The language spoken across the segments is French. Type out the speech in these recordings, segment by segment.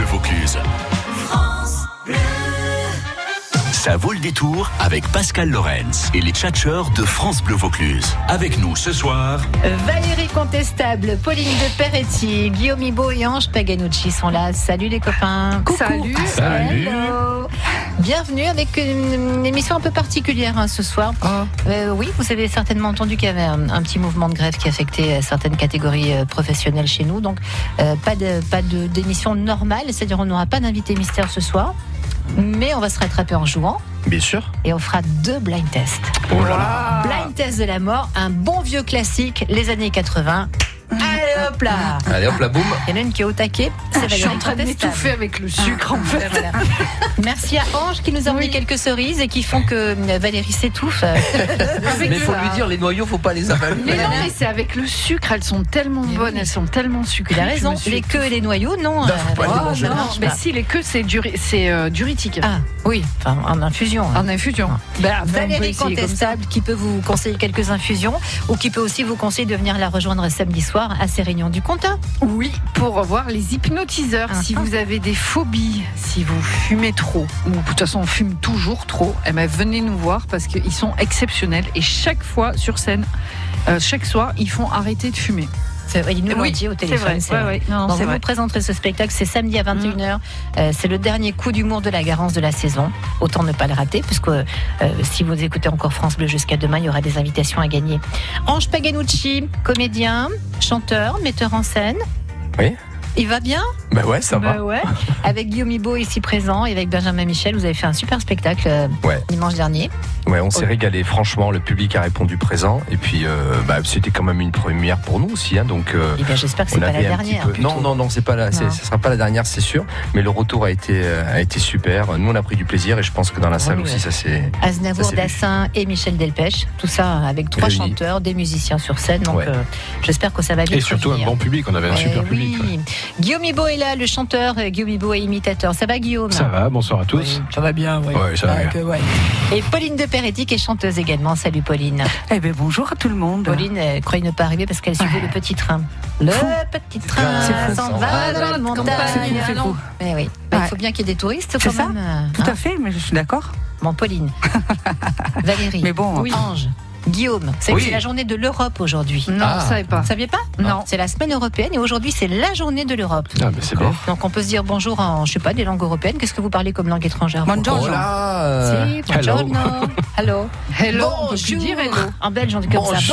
Vaucluse. Ça vaut le détour avec Pascal Lorenz et les tchatcheurs de France Bleu Vaucluse. Avec nous ce soir, Valérie Contestable, Pauline de Peretti, Guillaume Ibo et Ange Paganucci sont là. Salut les copains. Coucou. Salut. Hello. Bienvenue avec une émission un peu particulière ce soir. Oui, vous avez certainement entendu qu'il y avait un petit mouvement de grève qui affectait certaines catégories professionnelles chez nous. Donc pas d'émission normale, c'est-à-dire on n'aura pas d'invité mystère ce soir. Mais on va se rattraper en jouant. Bien sûr. Et on fera 2 blind tests. Oh là là. Blind test de la mort, un bon vieux classique, les années 80. Allez hop là. Allez hop là, boum. Il y en a une qui est au taquet. C'est Je suis Valérie en train de Contestable. m'étouffer avec le sucre en fait. Voilà. Merci à Ange qui nous a emmené quelques cerises et qui font que Valérie s'étouffe. Mais il faut lui dire, les noyaux, faut pas les avaler. Mais non, mais c'est avec le sucre, elles sont tellement bonnes, elles sont tellement sucrées. Il a raison, les queues et les noyaux, non. faut pas les manger. ça Non, marche mais pas. si, les queues, c'est diurétique. Ah oui, enfin en infusion. En infusion. Valérie Contestable qui peut vous conseiller quelques infusions ou qui peut aussi vous conseiller de venir la rejoindre samedi soir à ses réunions du Comtat. Oui, pour voir les hypnotiseurs. Si vous avez des phobies, si vous fumez trop, ou de toute façon on fume toujours trop, eh ben, venez nous voir parce qu'ils sont exceptionnels. Et chaque fois sur scène, chaque soir, ils font arrêter de fumer. Il nous l'a dit au téléphone. C'est vrai. Non, Bon, c'est vous vrai. vous présenterez ce spectacle, c'est samedi à 21h. C'est le dernier coup d'humour de la Garance de la saison. Autant ne pas le rater, puisque si vous écoutez encore France Bleu jusqu'à demain, il y aura des invitations à gagner. Ange Paganucci, comédien, chanteur, metteur en scène. Oui. Il va bien? Bah ouais, ça va. Ouais. Avec Guillaume Ibo ici présent et avec Benjamin Michel, vous avez fait un super spectacle Ouais. dimanche dernier. Ouais, on s'est régalé. Franchement, le public a répondu présent. Et puis, c'était quand même une première pour nous aussi. Hein, donc, Et bien, j'espère que c'est on pas la avait un petit dernière. peu- plutôt. Non, c'est pas la, Non. ça sera pas la dernière, c'est sûr. Mais le retour a été super. Nous, on a pris du plaisir et je pense que dans la salle Oui, aussi, ouais. ça c'est. Aznavour, Ça, c'est Dassin et Michel Delpech, tout ça avec 3 Réunis. chanteurs, des musiciens sur scène. Donc, Ouais. j'espère que ça va bien. Et surtout un bon public, on avait un super public. Oui. Ouais. Guillaume Ibo est là, le chanteur. Guillaume Ibo est imitateur. Ça va, Guillaume? Ça va, bonsoir à tous. Oui. Ça va bien, oui. Ouais, ça va bien. Et Pauline de Peretti qui est chanteuse également. Salut Pauline. Eh bien, bonjour à tout le monde. Pauline croyait ne pas arriver parce qu'elle suivait le petit train. Le petit train C'est fou. s'en va dans la montagne. C'est fou. Eh oui. Il faut bien qu'il y ait des touristes C'est quand ça, même. Tout à fait, mais je suis d'accord. Bon, Pauline. Valérie. Mais bon, Ange. Guillaume. C'est Oui. c'est la journée de l'Europe aujourd'hui. Non, Ah. je savais pas. Vous saviez pas? Non. C'est la semaine européenne et aujourd'hui c'est la journée de l'Europe. Ah, mais c'est bien. Donc on peut se dire bonjour en, je sais pas, des langues européennes. Qu'est-ce que vous parlez comme langue étrangère? vous? Buongiorno. Oh là. Si, buongiorno. Hello. Hello, on peut plus dire hello. En belge, on dit comme ça.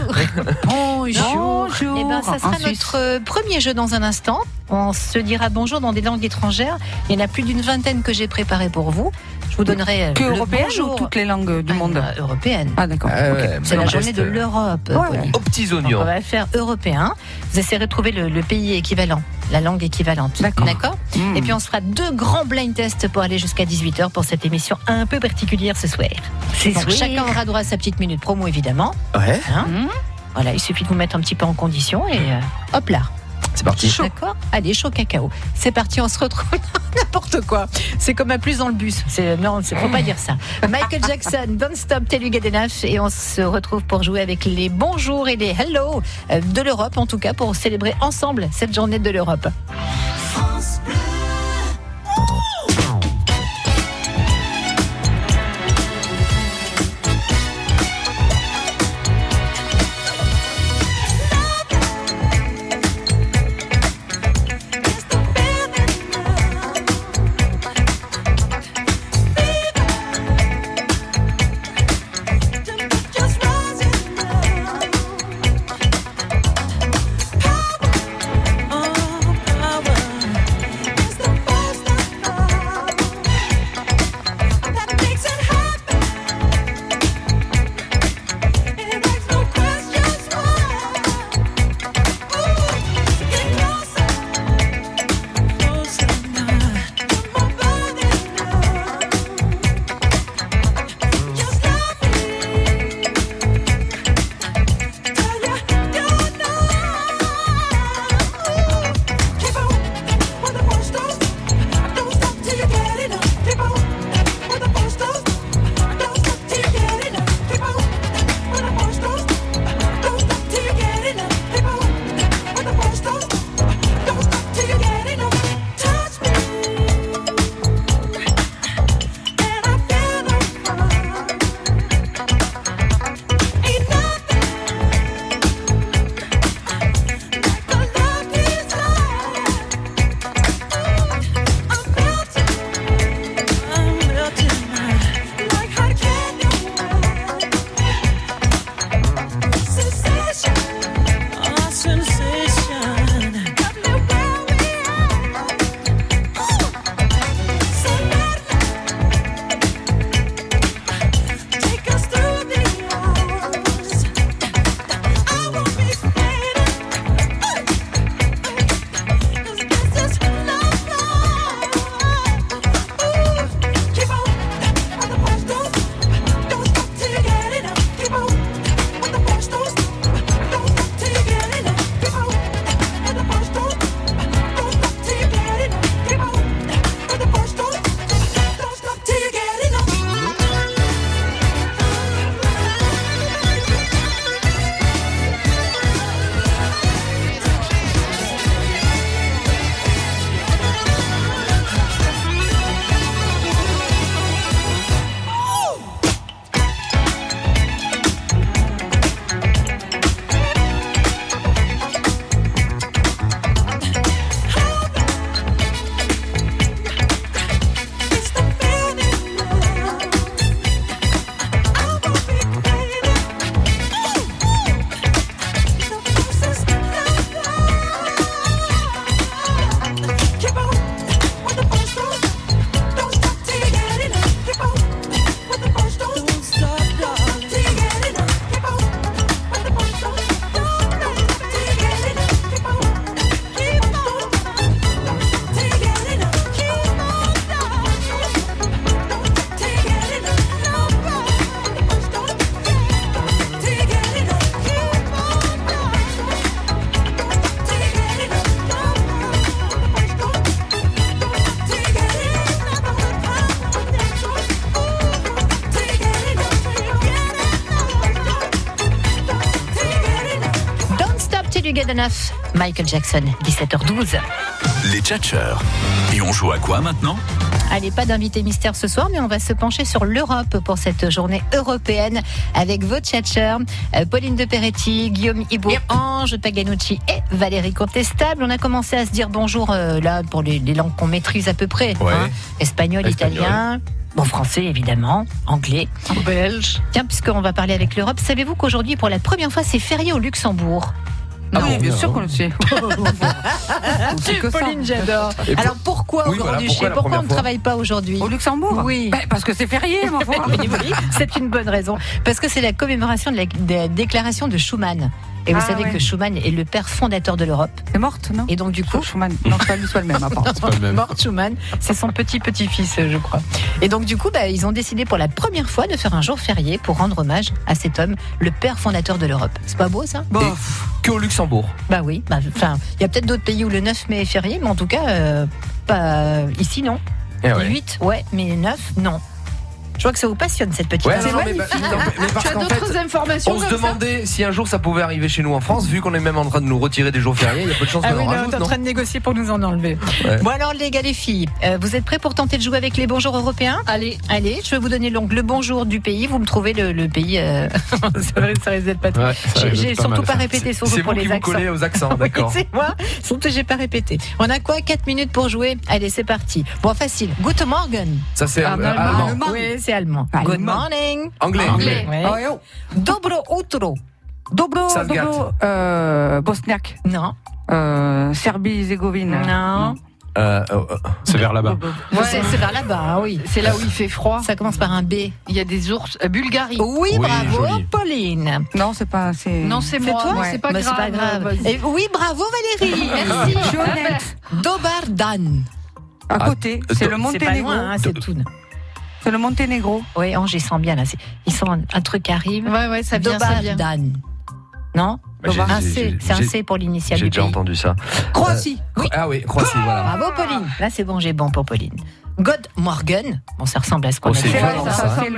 Bonjour. Eh ben, ça sera En Suisse. notre premier jeu dans un instant. On se dira bonjour dans des langues étrangères. Il y en a plus d'une vingtaine que j'ai préparées pour vous. Je vous donnerai Que le européenne bonjour. ou toutes les langues du monde? Européenne. Ah, d'accord. Ah ok. ouais, C'est la blind journée test, de l'Europe. Pauline. Aux petits Donc, oignons. on va faire européen. Vous essayerez de trouver le pays équivalent, la langue équivalente. D'accord. Et puis on se fera 2 grands blind tests pour aller jusqu'à 18h pour cette émission un peu particulière ce soir. Donc chacun aura droit à sa petite minute promo évidemment. Ouais, Voilà, il suffit de vous mettre un petit peu en condition et hop là. c'est parti. D'accord. Allez, chaud cacao. C'est parti, on se retrouve. N'importe quoi. C'est comme un plus dans le bus. Non, faut pas dire ça. Michael Jackson, Don't Stop Till You Get Enough. Et on se retrouve pour jouer avec les bonjours et les hello de l'Europe, en tout cas, pour célébrer ensemble cette journée de l'Europe. Power Good Enough, Michael Jackson, 17h12. Les tchatcheurs. Et on joue à quoi maintenant ? Allez, pas d'invité mystère ce soir, mais on va se pencher sur l'Europe pour cette journée européenne avec vos tchatcheurs, Pauline de Peretti, Guillaume Ibo, Ange Paganucci et Valérie Contestable. On a commencé à se dire bonjour là pour les langues qu'on maîtrise à peu près. Ouais. Espagnol, italien, bon, français évidemment, anglais, belge. Tiens, puisqu'on va parler avec l'Europe, savez-vous qu'aujourd'hui, pour la première fois, c'est férié au Luxembourg? Ah oui, bien sûr qu'on le sait. On sait que ça. Pauline, j'adore. Alors pourquoi au Grand-Duché? Pourquoi on ne travaille pas aujourd'hui? Au Luxembourg? Oui. Parce que c'est férié, ma foi. Oui, c'est une bonne raison. Parce que c'est la commémoration de la déclaration de Schuman. Et vous savez que Schuman est le père fondateur de l'Europe. C'est morte, non? Et donc du coup, Schuman, non, c'est pas lui, soit le même. C'est pas le même. Mort Schuman, c'est son petit-petit-fils, je crois. Et donc du coup, ils ont décidé pour la première fois de faire un jour férié pour rendre hommage à cet homme, le père fondateur de l'Europe. C'est pas beau ça? Et que au Luxembourg. Bah oui. Enfin, il y a peut-être d'autres pays où le 9 mai est férié, mais en tout cas, pas ici, non. Eh ouais. 8, ouais, mais 9, non. Je vois que ça vous passionne cette petite Ouais, affaire. non, mais parce Tu as qu'en d'autres fait, informations on se comme ça demandait si un jour ça pouvait arriver chez nous en France, vu qu'on est même en train de nous retirer des jours fériés, il y a peu de chances Ah qu'on oui, en là, rajoute, on est en non? train de négocier pour nous en enlever. Ouais. Bon alors les gars, les filles, vous êtes prêts pour tenter de jouer avec les bonjours européens? Allez, je vais vous donner donc le bonjour du pays. Vous me trouvez le pays. C'est vrai, ça risque d'être pas. Ouais, ça risque J'ai d'être pas surtout mal, pas ça. répété, surtout C'est pour vous qui les vous accents. collez aux accents, d'accord. Oui, c'est moi. Surtout j'ai pas répété. On a quoi? 4 minutes pour jouer. Allez, c'est parti. Bon, facile. Guten Morgen. Ça c'est allemand. allemand. Oui, c'est allemand. Allemand. Good morning. Anglais. Ouais. Oh, yo. Dobro utro. Dobro, Sasgat. Bosniaque, Non. Serbie-Zégovine. Non. C'est vers là-bas. Ouais, c'est vers là-bas, hein, oui. C'est là où il fait froid. Ça commence par un B. Il y a des ours. Bulgarie. Oui, Oui, bravo, joli. Pauline. Non, c'est pas. Non, c'est C'est moi. toi? C'est pas Bah, grave. c'est pas grave. Vas-y. Et oui, bravo Valérie. Merci. Je suis honnête. Dobardan. À côté, c'est le C'est pas Monténégro. loin, hein, c'est tout. C'est le Monténégro. Oui, Ange, ils sentent bien là. Ils sentent un truc arrive. Ouais, ça vient, ça vient. Dobardan. Non? Bah, j'ai- Un j'ai- C. C'est un C pour l'initiale J'ai du déjà pays. entendu ça. Croatie. Oui. Ah oui, Croatie, voilà. Bravo Pauline. Là, c'est bon, j'ai bon pour Pauline. God Morgan. Bon, ça ressemble à ce qu'on Oh, a c'est fait. violent, ça. C'est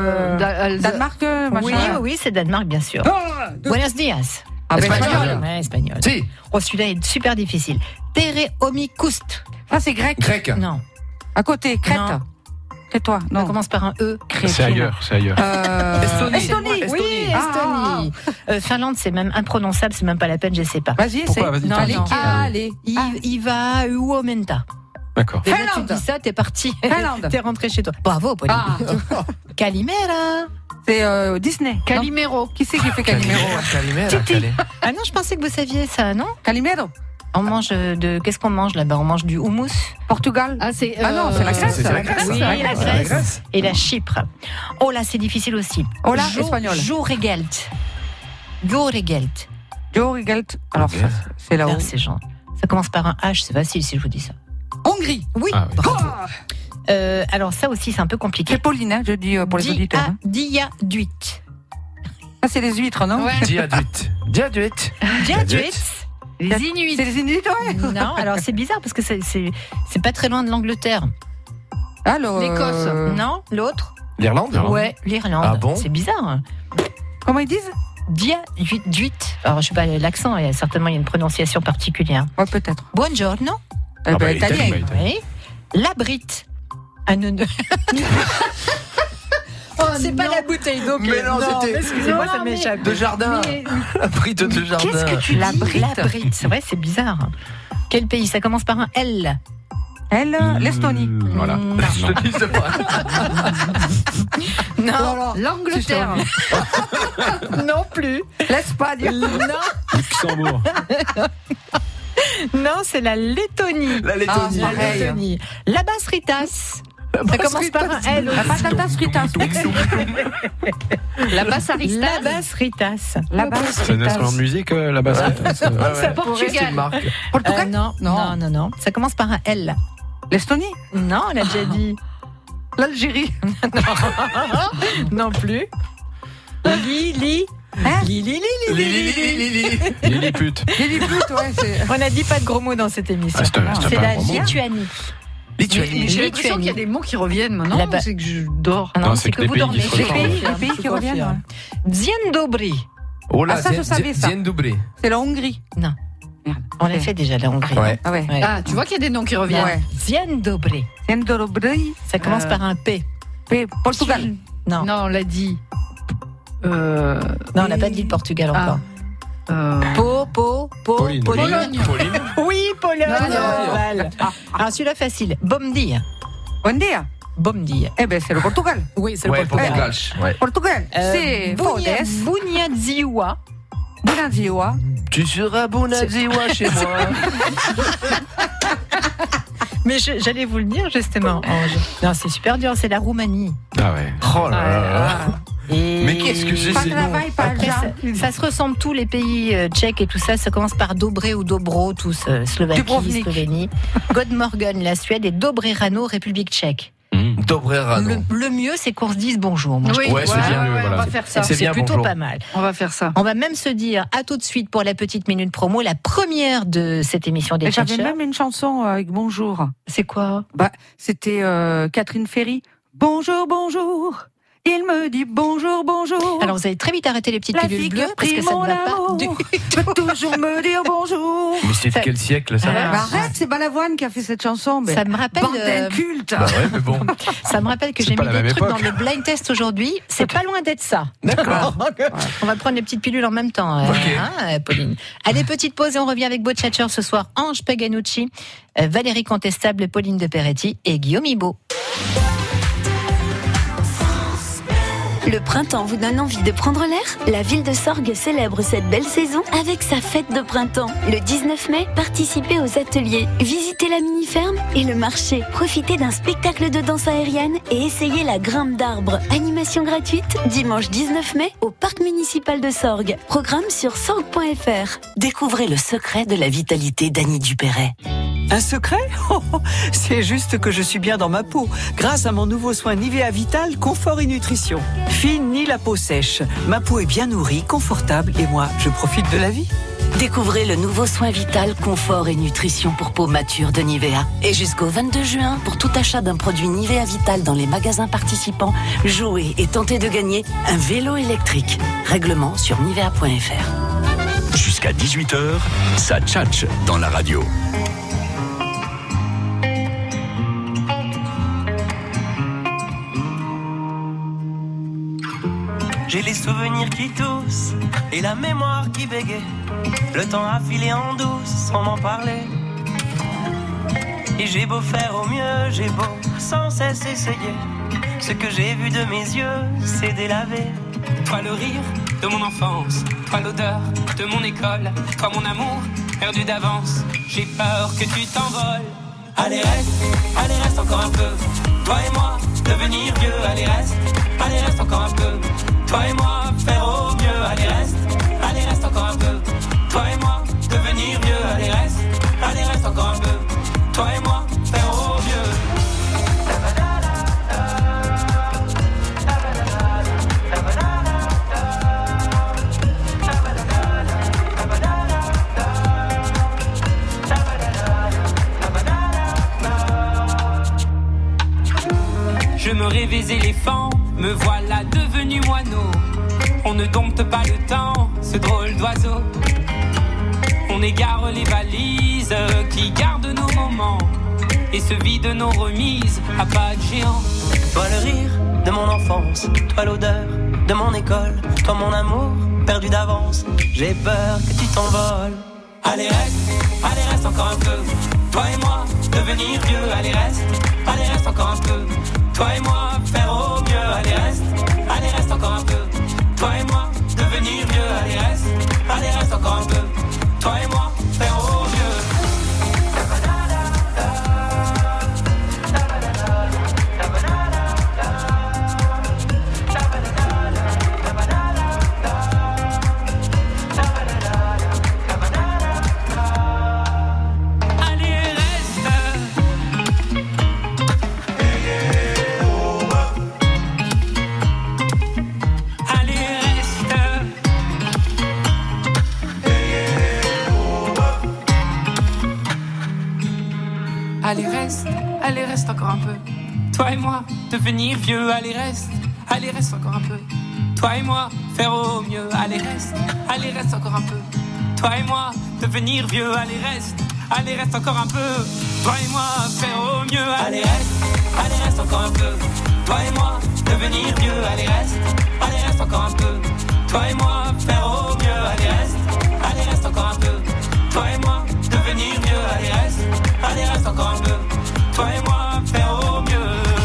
le Danemark, Oui, machin. oui, c'est Danemark, bien sûr. Buenos dias. Ah, ben, Espagnol. espagnol. Ouais, espagnol. Si, Oh, celui-là est super difficile. Tereomikoust. Ah, c'est grec. grec. Non. À côté, Crète. Non. C'est toi. Ça Non. commence par un E. C'est ailleurs, c'est ailleurs. Estonie. Estonie. Oui, Estonie. Finlande, c'est même imprononçable, c'est même pas la peine, je sais pas. Vas-y, Pourquoi? Vas-y, Non, t'as dit. non. Allez. Iva Uomenta. D'accord. Déjà, tu Finlande. dis ça, t'es parti. Finlande. T'es rentré chez toi. Bravo, Pauline. Ah, Calimera. c'est Disney. Non. Calimero. Qui c'est qui fait Calimero? Ah non, je pensais que vous saviez ça, non? Calimero. On mange qu'est-ce qu'on mange là-bas? On mange du houmous. Portugal. Ah, c'est. Ah non, c'est la Grèce. C'est la Grèce. Oui, ça. la C'est Grèce. Et la Chypre. Oh là, c'est difficile aussi. Oh là, espagnol. Jouregelt. Jouregelt. Joe Rigelt. Alors, Ok. ça, c'est là-haut. Ces gens. Ça commence par un H, c'est facile si je vous dis ça. Hongrie. Oui, Ah oui. bravo. Alors ça aussi, c'est un peu compliqué. C'est Pauline, hein, je dis pour les auditeurs. hein. Diaduit. Ah, c'est les huîtres, non? Ouais. Diaduit. Diaduit. Diaduit. Les Inuits. C'est les Inuits, ouais. Non, alors c'est bizarre parce que c'est pas très loin de l'Angleterre. Alors, L'Écosse. Non, l'autre. L'Irlande. Ouais, l'Irlande. Ah bon? C'est bizarre. Comment ils disent? Diaduit. Alors je sais pas l'accent, il y a certainement une prononciation particulière. Ouais, peut-être. Buongiorno. Eh bah, ben, italien. italien. Oui. L'abrite. C'est pas la bouteille d'eau. Mais non, c'était- Excusez-moi, Non, ça mais- m'échappe. De jardin. Abrite de jardin. Qu'est-ce que tu dis? L'abrite. C'est vrai, c'est bizarre. Quel pays? Ça commence par un L. Elle, l'Estonie. Voilà. Non. Je te dis, c'est pas. Non. L'Angleterre. Non plus. L'Espagne. Non. Luxembourg. Non, c'est la Lettonie. La Lettonie. Ah, La pareil. Lettonie. La basse Ritas. Ça commence par un L. La patata fritas. La Bassaristas. La basse Ritas. La basse C'est un instrument de musique, la basse. C'est C'est Portugal. une marque. Portugal. non, Non. non. Ça commence par un L. L'Estonie. Non, on l'a déjà dit. L'Algérie. Non plus. Lili. Hein? Lili. Lilliput. Lilliput, ouais, c'est. On n'a dit pas de gros mots dans cette émission. Ah, C'est pas la un gros mot. Lituanie. Lituanie. J'ai l'impression qu'il y a des mots qui reviennent maintenant. Là-bas. C'est que je dors. Ah non, Non, c'est c'est que que vous des pays dormez. qui se Les ressemblent. pays qui reviennent. ouais. Dzień dobry. Oh là, Ah, ça, je savais ça. Dzień-dobry. C'est la Hongrie. Non. Merde. On l'a fait déjà, la Hongrie. Ouais. Ah ouais. Ouais. Ah, tu vois qu'il y a des noms qui reviennent. Ouais. Dzień dobry. Dzień dobry. Ça commence par un P. Portugal. Non. Non, on l'a dit. Non, on n'a pas dit le Portugal encore. Pauline. Pologne. Oui, Pologne. Non. Val. Alors celui-là facile. Bom dia. Bon dia. Bom dia. Eh ben, c'est le Portugal. Oui, c'est Ouais, le Portugal. Portugal. Ouais. Portugal. C'est Fodes. Bunyadziwa. Bunyadziwa. Tu seras Bonadziwa chez moi. Mais j'allais vous le dire justement, Ange. Non, c'est super dur, c'est la Roumanie. Ah ouais. Oh là là. Et Mais qu'est-ce que c'est Pas ces de noms? travail, pas de après, gens. ça se ressemble tous les pays tchèques et tout ça. Ça commence par Dobré ou Dobro, tous Slovaquie, Dubrovnik. Slovénie. Godmorgen, la Suède et Dobrerano, République tchèque. Dobrerano. Le mieux, c'est qu'on se dise bonjour. Moi, je trouve. Ouais, c'est bien, on voilà. va faire ça. C'est C'est bien, plutôt bonjour. pas mal. On va faire ça. On va même se dire à tout de suite pour la petite minute promo, la première de cette émission des Et j'avais Tchatcheurs. même une chanson avec Bonjour. C'est quoi? Bah, c'était Catherine Ferry. Bonjour, bonjour. Il me dit bonjour, bonjour. Alors vous allez très vite arrêter les petites la pilules fille qui bleues a parce pris que ça mon ne va pas amour du peut toujours me dire bonjour. Mais c'est de Ça- quel siècle ça? Ah. Bah, arrête, c'est Balavoine qui a fait cette chanson. Mais Ça me rappelle, bande d'incultes. Bah ouais, mais bon. Ça me rappelle que C'est j'ai pas mis la des même trucs époque. dans le blind test aujourd'hui. C'est pas loin d'être ça. D'accord. On va prendre les petites pilules en même temps, Pauline. Allez, petite pause et on revient avec beau Tchatcheurs ce soir. Ange Paganucci, Valérie Contestable, Pauline de Peretti et Guillaume Ibo. Le printemps vous donne envie de prendre l'air? La ville de Sorgues célèbre cette belle saison avec sa fête de printemps. Le 19 mai, participez aux ateliers, visitez la mini-ferme et le marché. Profitez d'un spectacle de danse aérienne et essayez la grimpe d'arbres. Animation gratuite, dimanche 19 mai, au parc municipal de Sorgues. Programme sur sorgues.fr. Découvrez le secret de la vitalité d'Annie Dupéret. Un secret? C'est juste que je suis bien dans ma peau, grâce à mon nouveau soin Nivea Vital Confort et Nutrition. Fini la peau sèche, ma peau est bien nourrie, confortable et moi, je profite de la vie. Découvrez le nouveau soin vital, confort et nutrition pour peau mature de Nivea. Et jusqu'au 22 juin, pour tout achat d'un produit Nivea Vital dans les magasins participants, jouez et tentez de gagner un vélo électrique. Règlement sur nivea.fr. Jusqu'à 18h, ça tchatche dans la radio. J'ai les souvenirs qui toussent et la mémoire qui bégaye. Le temps a filé en douce sans m'en parler. Et j'ai beau faire au mieux, j'ai beau sans cesse essayer. Ce que j'ai vu de mes yeux, c'est délavé. Toi le rire de mon enfance, toi l'odeur de mon école, toi mon amour perdu d'avance. J'ai peur que tu t'envoles. Allez reste encore un peu. Toi et moi, devenir vieux. Allez reste encore un peu. Toi et moi, faire au mieux. Allez reste encore un peu. Toi et moi, devenir vieux. Allez reste encore un peu. Toi et moi, faire au mieux. Je me rêvais éléphant, me voilà devenu moineau. On ne dompte pas le temps, ce drôle d'oiseau. On égare les valises qui gardent nos moments et se vident nos remises à pas de géant. Toi le rire de mon enfance, toi l'odeur de mon école, toi mon amour perdu d'avance. J'ai peur que tu t'envoles. Allez reste encore un peu. Toi et moi, devenir vieux. Allez reste encore un peu. Toi et moi, faire au mieux. Allez reste encore un peu. Toi et moi, devenir vieux. Allez reste encore un peu. Toi et moi, faire au mieux. Allez reste encore un peu. Toi et moi, devenir vieux, allez reste encore un peu. Toi et moi, faire au mieux. Allez reste encore un peu. Toi et moi, devenir vieux. Allez reste encore un peu. Toi et moi, faire au mieux. Allez reste encore un peu. Toi et moi, devenir vieux. Allez reste encore un peu. Toi et moi, faire au mieux. Allez reste encore un peu. Toi et moi, devenir vieux. Allez reste encore un peu. Toi et moi, faire au mieux.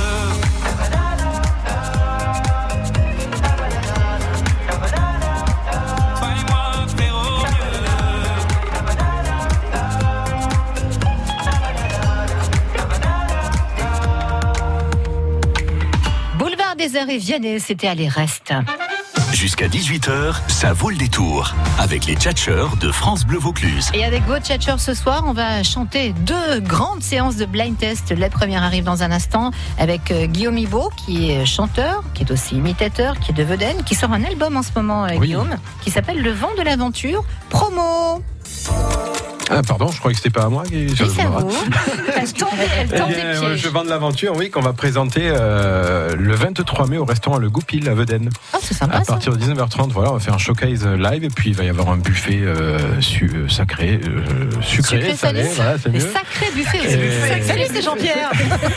Des heures et Vianney, c'était Allez reste. Jusqu'à 18h, ça vaut le détour avec les tchatcheurs de France Bleu Vaucluse. Et avec vos tchatcheurs ce soir, on va chanter 2 grandes séances de blind test. La première arrive dans un instant avec Guillaume Ibo, qui est chanteur, qui est aussi imitateur, qui est de Vedène, qui sort un album en ce moment, Guillaume, qui s'appelle Le Vent de l'Aventure. Promo. Ah pardon, je croyais que c'était pas à moi qui oui, c'est vous. Elle tend des pièges. Je vends de l'aventure, oui, qu'on va présenter le 23 mai au restaurant Le Goupil à Vedène. Ah, c'est sympa. À partir de 19h30, voilà, on va faire un showcase live et puis il va y avoir un buffet sucré, salé. Voilà, c'est mieux. Sacré buffet aussi. Salut, c'est Jean-Pierre.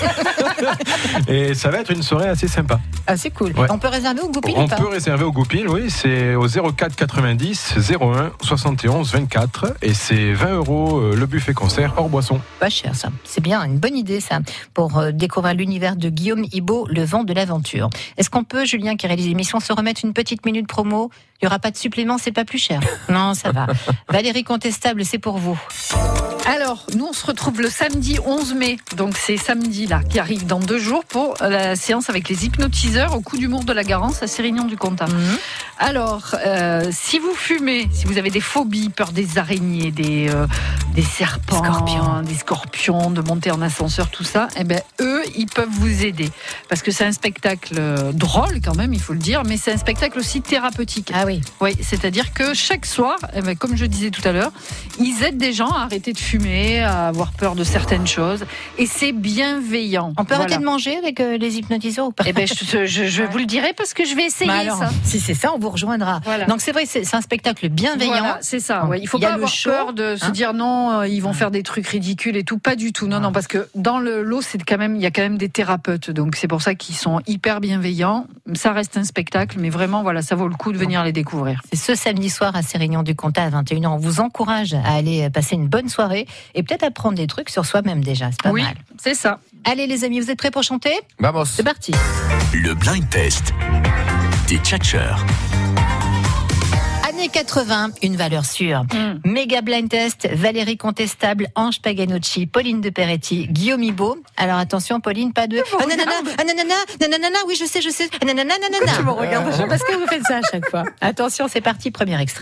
Et ça va être une soirée assez sympa. Ah, c'est cool. Ouais. On peut réserver au Goupil ou pas ? On peut réserver au Goupil, oui. C'est au 04 90 01 71 24 et c'est 20 € le buffet concert hors boisson. Pas cher ça, c'est bien, une bonne idée ça, pour découvrir l'univers de Guillaume Ibo, Le Vent de l'Aventure. Est-ce qu'on peut, Julien qui réalise l'émission, se remettre une petite minute promo ? Il n'y aura pas de supplément, c'est pas plus cher. Non, ça va. Valérie Contestable, c'est pour vous. Alors, nous on se retrouve le samedi 11 mai, donc c'est samedi là, qui arrive dans 2 jours pour la séance avec les hypnotiseurs au Coup d'Humour de la Garance à Sérignan-du-Comtat. Alors, si vous fumez, si vous avez des phobies, peur des araignées, des serpents, des scorpions, de monter en ascenseur, tout ça, eh ben eux, ils peuvent vous aider. Parce que c'est un spectacle drôle quand même, il faut le dire, mais c'est un spectacle aussi thérapeutique. Ah oui. Oui, c'est-à-dire que chaque soir, eh ben, comme je disais tout à l'heure, ils aident des gens à arrêter de fumer, à avoir peur de certaines choses, et c'est bienveillant. On peut arrêter de manger avec les hypnotiseurs ou pas ? Eh ben, je vous le dirai parce que je vais essayer alors, ça. Si c'est ça, on vous rejoindra. Voilà. Donc c'est vrai, c'est un spectacle bienveillant. Voilà, c'est ça. Ouais. Il ne faut pas avoir peur de se dire non, ils vont faire des trucs ridicules et tout. Pas du tout. Non, parce que dans le lot, il y a quand même des thérapeutes. Donc c'est pour ça qu'ils sont hyper bienveillants. Ça reste un spectacle, mais vraiment, voilà, ça vaut le coup de venir les découvrir. C'est ce samedi soir à Sérignan-du-Comtat à 21h. On vous encourage à aller passer une bonne soirée et peut-être apprendre des trucs sur soi-même déjà. C'est pas mal. Oui, c'est ça. Allez les amis, vous êtes prêts pour chanter ? Vamos. C'est parti. Le blind test des tchatcheurs. Années 80, une valeur sûre. Méga blind test, Valérie Contestable, Ange Paganucci, Pauline de Peretti, Guillaume Ibo. Alors attention, Pauline, pas de nanana, oui je sais, nanana. Tu me regardes parce que vous faites ça à chaque fois. Attention, c'est parti, premier extrait.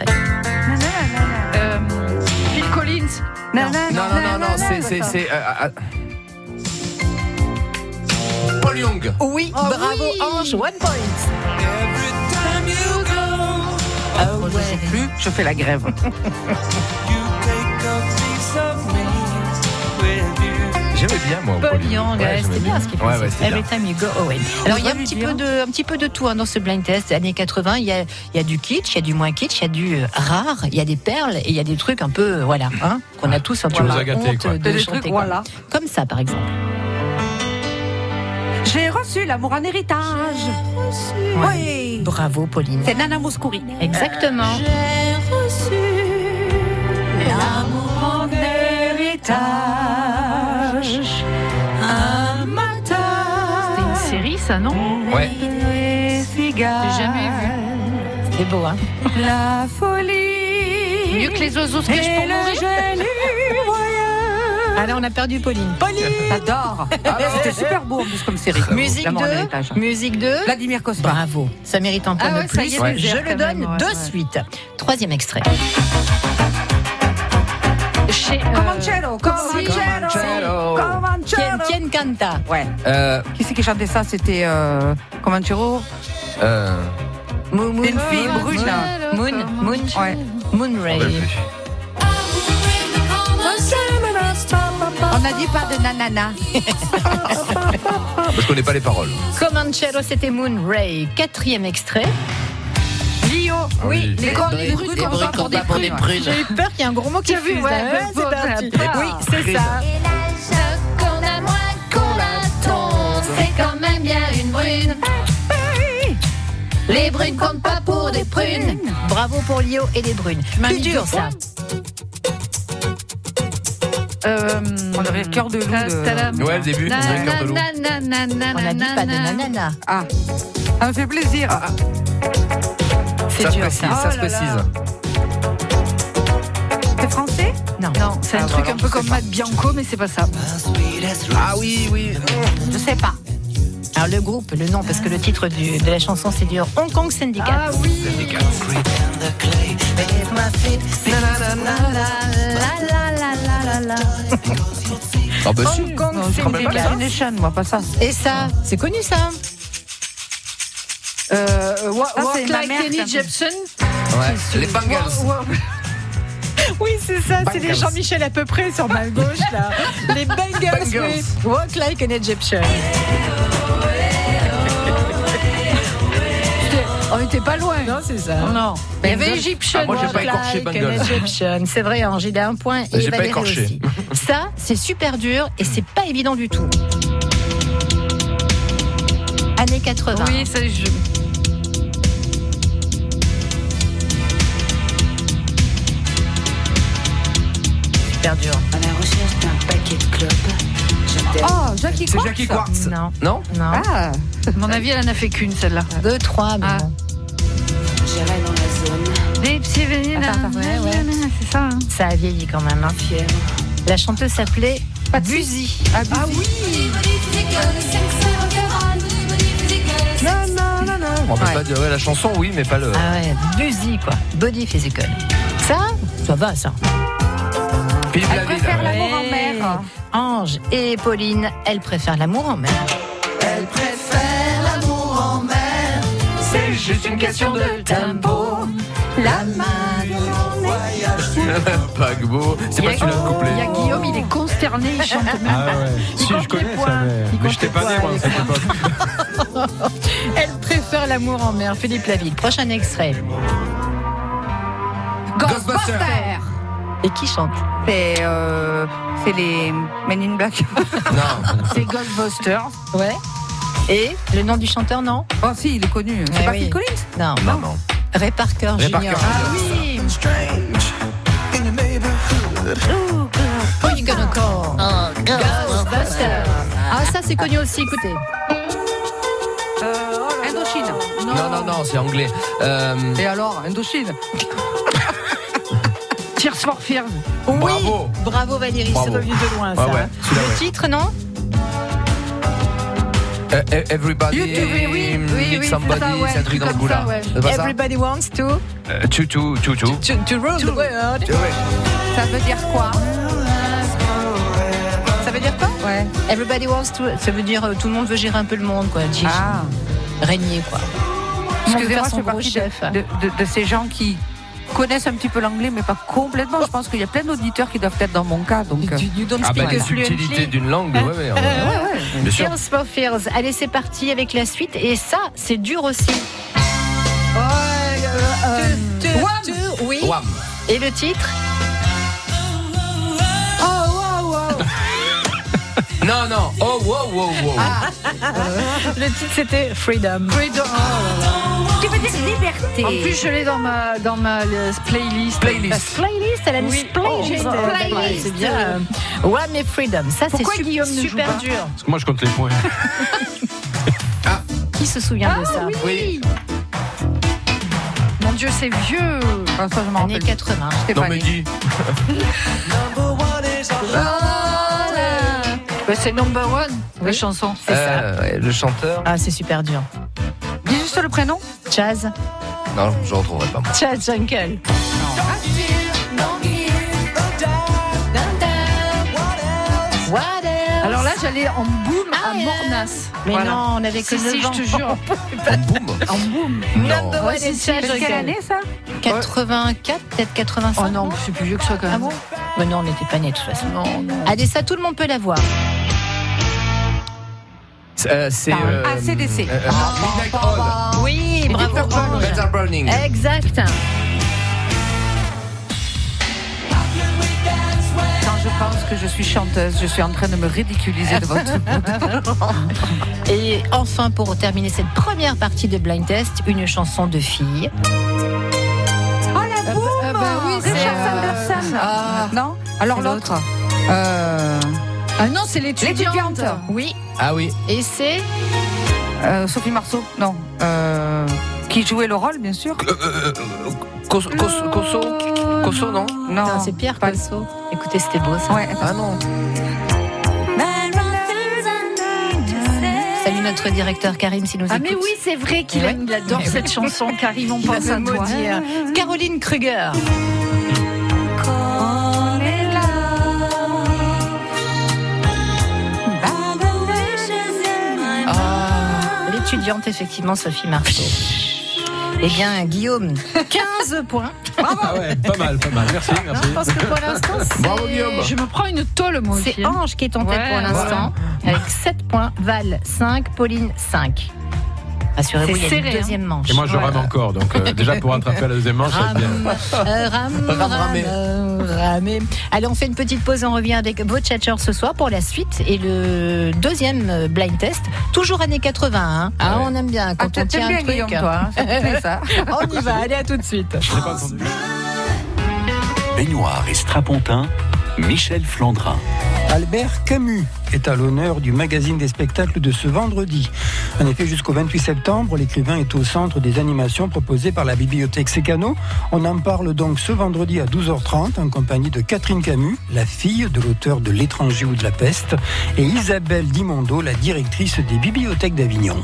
Phil Collins. Non, c'est Paul Young. Oui, bravo Ange, 1 point. Je ne sais plus, je fais la grève. J'aimais bien moi. Paul Young, c'était bien ce qu'il faisait. Ouais, Every time you go away. Alors il y a un petit peu de tout dans ce blind test. Années 80, il y a du kitsch, il y a du moins kitsch, il y a du rare, il y a des perles et il y a des trucs un peu qu'on a tous un peu honte de chanter. Voilà. Comme ça par exemple. J'ai reçu l'amour en héritage. Oui. Bravo Pauline. C'est Nana Mouskouri. Exactement. J'ai reçu l'amour en héritage. Un matin. C'était une série ça, non ? Ouais. J'ai jamais vu. C'est beau, hein. La folie. Mieux que les oiseaux se cachent pour mourir. Ah là, on a perdu Pauline. Pauline, j'adore. C'était super beau en plus comme série. Musique 2. Vladimir Cosma. Bravo. Ça mérite un point de plus. Je le donne de suite. Troisième extrait. Comanchero. Quien canta. Ouais. Qui c'est qui chantait ça ? C'était Comanchero. Une fille brune. Moonray. On n'a dit pas de nanana. Parce qu'on n'est pas les paroles. Comanchero, c'était Moonray. Quatrième extrait. Lio. Oui, les cornes des prunes, on va pour des prunes. J'ai eu peur qu'il y ait un gros mot qui T'as vu, fuse. ouais, C'est parti. Oui, c'est ça. Et l'âge qu'on a moins qu'on la tombe, c'est quand même bien une brune. Les brunes comptent pas pour des prunes. Bravo pour Lio et les brunes. Plus dur, ça. On aurait le cœur de loup. Ouais, le début, on dirait le cœur de loup. On n'a dit pas de nanana. Ah, ça me fait plaisir. C'est dur, ça. Ça se précise. C'est français? Non. Non, c'est un truc un peu comme Matt Bianco, mais c'est pas ça. Ah oui. Je sais pas. Alors le groupe, le nom, parce que le titre de la chanson c'est du Hong Kong Syndicate. Ah oui. Ah bah si. Hong Kong Non, je rappelle pas Syndicate. la Nation, moi, pas ça. Et ça, c'est connu ça. Walk c'est ma like mère, Kenny ça. Jepsen. Ouais, les Bangles. Oui, c'est ça, c'est les Bangles. Jean-Michel à peu près sur ma gauche là. Les Bangles, oui. Walk like an Egyptian. On était pas loin. Non, c'est ça. Non. Il y avait Egyptian. Ah, moi, j'ai pas Walk écorché like Bangles. an Egyptian. C'est vrai, hein, j'ai un point et J'ai pas Valérie écorché. aussi. Ça, c'est super dur et c'est pas évident du tout. Années 80. Oui, ça je. Super dur. À la recherche d'un paquet de clopes. Oh, Jackie C'est Quartz. Jackie Quartz. Non. Non Non. Ah, À mon avis, elle en a fait qu'une, celle-là. 2, 3, mais Ah. bon. J'irai dans la zone. Des petits vénins. Attends, ouais. C'est ça. Hein. Ça a vieilli quand même. Hein. La chanteuse s'appelait Buzy. Ah oui. On peut pas dire la chanson, oui, mais pas le. Ah ouais, Buzy quoi. Body Physical. Ça va ça. Philippe elle Laville. préfère l'amour en Ouais. mer. Ange et Pauline, elles préfèrent l'amour en mer. Elle préfère l'amour en mer. C'est juste une question de tempo. La main. paquebot. C'est pas celui-là le couplet. Il y a Guillaume, il est consterné, il chante même. Ah ouais. Si, compte je connais les ça, points. Il mais compte j'étais les pas né, points moi, à avec cette époque. Elle préfère l'amour en mer. Philippe Laville. Prochain extrait. Ghostbusters. Et qui chante? C'est les Men in Black. Non. C'est Ghostbusters. Ouais. Et le nom du chanteur, non? Oh si, il est connu. C'est pas oui. Phil Collins? Non. Non. Ray Parker Ray Jr. Parker. Ah oui. Who you gonna call? Ghostbusters. Ah ça c'est connu aussi. Écoutez. Indochine. Non, c'est anglais. Et alors, Indochine? Tears for Fears. Oui. Bravo. Bravo Valérie. Bravo. C'est revenu de loin ça. Ouais, celui-là, Le ouais. titre non? Everybody oui, needs somebody, c'est ça, ouais, c'est un truc dans le goût là. comme ça, ouais. C'est pas ça Everybody wants to To rule the world. Ça veut dire quoi? Ça veut dire quoi? Ouais. Everybody wants to. Ça veut dire tout le monde veut gérer un peu le monde quoi. Ah. Régner quoi. Tout le monde veut Excusez-moi, faire je son fais gros partie chef. de ces gens qui connaissent un petit peu l'anglais, mais pas complètement. Je pense qu'il y a plein d'auditeurs qui doivent être dans mon cas. Donc, You don't Ah bah speak les a fluently. subtilités d'une langue, ouais. Bien sûr. Tears for Fears. Allez, c'est parti avec la suite. Et ça, c'est dur aussi. Oui. Wham. Et le titre? Non. Oh, wow. Le titre, c'était Freedom. qui veut dire liberté. En plus, je l'ai dans ma playlist. La playlist, elle a mis playlist. playlist. C'est bien. Wham et Freedom. Ça, c'est Pourquoi Guillaume ne joue super pas dur. Parce que moi, je compte les points. Qui se souvient de ça? Oui. Mon Dieu, c'est vieux. Ah, ça, je m'en Années rappelle. 80. J'étais Non, pas mais née. dis. Bah, c'est Number One, la chanson. C'est ça. Ouais, le chanteur. Ah, c'est super dur. Dis juste le prénom. Chaz. Non, je ne retrouverai pas. Chaz Jungle. What else? Alors là, j'allais en boom à yeah. Mornas. Mais Voilà. non, on avait que Si, 9 ans. je te jure. En boum. En boom. Number Non. one si, is si, Chaz Quelle Jungle. année ça? 84, peut-être 85. Oh non, c'est plus vieux que ça quand Ah même. bon? Mais non, on n'était pas nés de toute façon. Non. Allez, ça, tout le monde peut l'avoir. C'est ACDC. Midnight Oil. Oui, bravo. Better Burning. Exact. Quand je pense que je suis chanteuse, je suis en train de me ridiculiser devant tout le monde. Et enfin, pour terminer cette première partie de Blind Test, une chanson de fille. Oh la boum oui, c'est Richard Sanderson. Non. Alors c'est l'autre. Ah non, c'est l'étudiante. Oui. Ah oui. Et c'est Sophie Marceau. Non. Qui jouait le rôle, bien sûr. Cosso, non? Non, c'est Pierre Cosso. Écoutez, c'était beau ça. Ouais. Ah non. Salut notre directeur Karim si nous écoute. Ah mais oui, c'est vrai qu'il adore cette chanson. Karim, on pense à toi. Caroline Kruger. L'étudiante, effectivement, Sophie Marceau. Eh bien, Guillaume, 15 points. Bravo. Ah ouais, pas mal, merci. Parce que pour l'instant, Bravo, Guillaume. Je me prends une tôle, moi aussi. C'est Ange qui est en tête pour l'instant, avec 7 points. Val, 5. Pauline, 5. Rassurez-vous, il y a une deuxième manche. Et moi, je rame encore. Donc, déjà, pour rattraper la deuxième manche, ça va bien. Ramé. Allez, on fait une petite pause. On revient avec vos tchatchers ce soir pour la suite. Et le deuxième blind test, toujours années 80. Ah, on aime bien quand on tient un truc. Guillaume, toi, ça te plaît, ça. On y va. Allez, à tout de suite. Je n'ai pas entendu. Baignoire et strapontin, Michel Flandrin. Albert Camus est à l'honneur du magazine des spectacles de ce vendredi. En effet, jusqu'au 28 septembre, l'écrivain est au centre des animations proposées par la bibliothèque Sécano. On en parle donc ce vendredi à 12h30 en compagnie de Catherine Camus, la fille de l'auteur de L'étranger ou de la peste, et Isabelle Dimondo, la directrice des bibliothèques d'Avignon.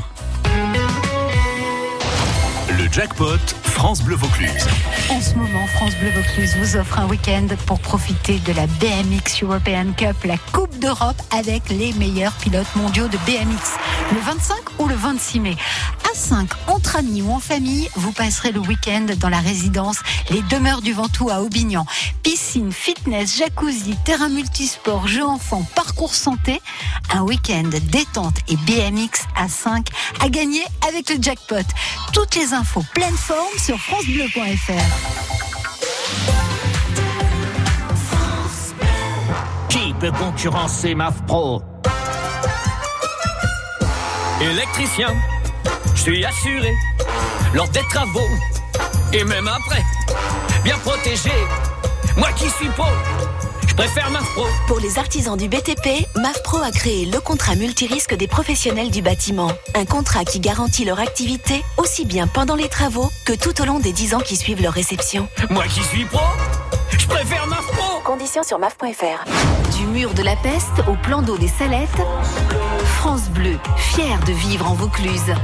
Le jackpot France Bleu Vaucluse. En ce moment, France Bleu Vaucluse vous offre un week-end pour profiter de la BMX European Cup, la Coupe d'Europe avec les meilleurs pilotes mondiaux de BMX. Le 25 ou le 26 mai. À 5, entre amis ou en famille, vous passerez le week-end dans la résidence Les Demeures du Ventoux à Aubignan. Piscine, fitness, jacuzzi, terrain multisport, jeux enfants, parcours santé. Un week-end détente et BMX à 5 à gagner avec le jackpot. Toutes les infos pleine forme sur francebleu.fr. Qui peut concurrencer MAF Pro? Électricien, je suis assuré lors des travaux et même après, bien protégé. Moi qui suis pro, je préfère MAF Pro. Pour les artisans du BTP, MAF Pro a créé le contrat multirisque des professionnels du bâtiment. Un contrat qui garantit leur activité aussi bien pendant les travaux que tout au long des 10 ans qui suivent leur réception. Moi qui suis pro, je préfère MAF Pro. Conditions sur maf.fr. Du mur de la peste au plan d'eau des Salettes, France Bleu, fière de vivre en Vaucluse.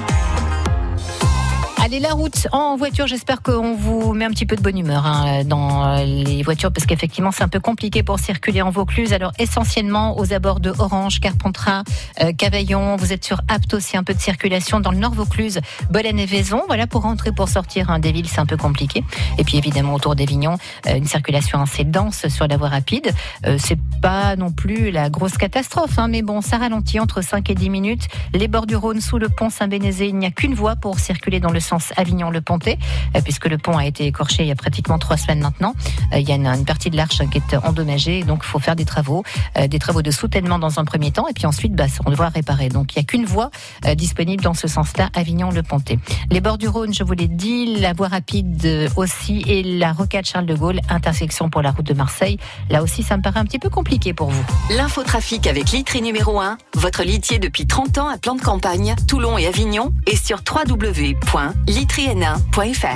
Allez, la route en voiture, j'espère qu'on vous met un petit peu de bonne humeur dans les voitures, parce qu'effectivement c'est un peu compliqué pour circuler en Vaucluse. Alors essentiellement aux abords de Orange, Carpentras, Cavaillon. Vous êtes sur Apt aussi, un peu de circulation dans le Nord Vaucluse, Bolène et Vaison. Voilà, pour rentrer, pour sortir des villes, c'est un peu compliqué. Et puis évidemment autour d'Avignon, une circulation assez dense sur la voie rapide. C'est pas non plus la grosse catastrophe, mais bon, ça ralentit entre 5 et 10 minutes. Les bords du Rhône, sous le pont Saint-Bénézé, il n'y a qu'une voie pour circuler dans le sens Avignon-le-Pontet, puisque le pont a été écorché il y a pratiquement 3 semaines maintenant. Il y a une partie de l'arche qui est endommagée, donc il faut faire des travaux de soutènement dans un premier temps, et puis ensuite on doit réparer. Donc il n'y a qu'une voie disponible dans ce sens-là, Avignon-le-Pontet. Les bords du Rhône, je vous l'ai dit, la voie rapide aussi, et la rocade Charles de Gaulle, intersection pour la route de Marseille. Là aussi, ça me paraît un petit peu compliqué pour vous. L'infotrafic avec Litry numéro 1, votre litier depuis 30 ans à plan de campagne, Toulon et Avignon, et sur www.litryna.fr.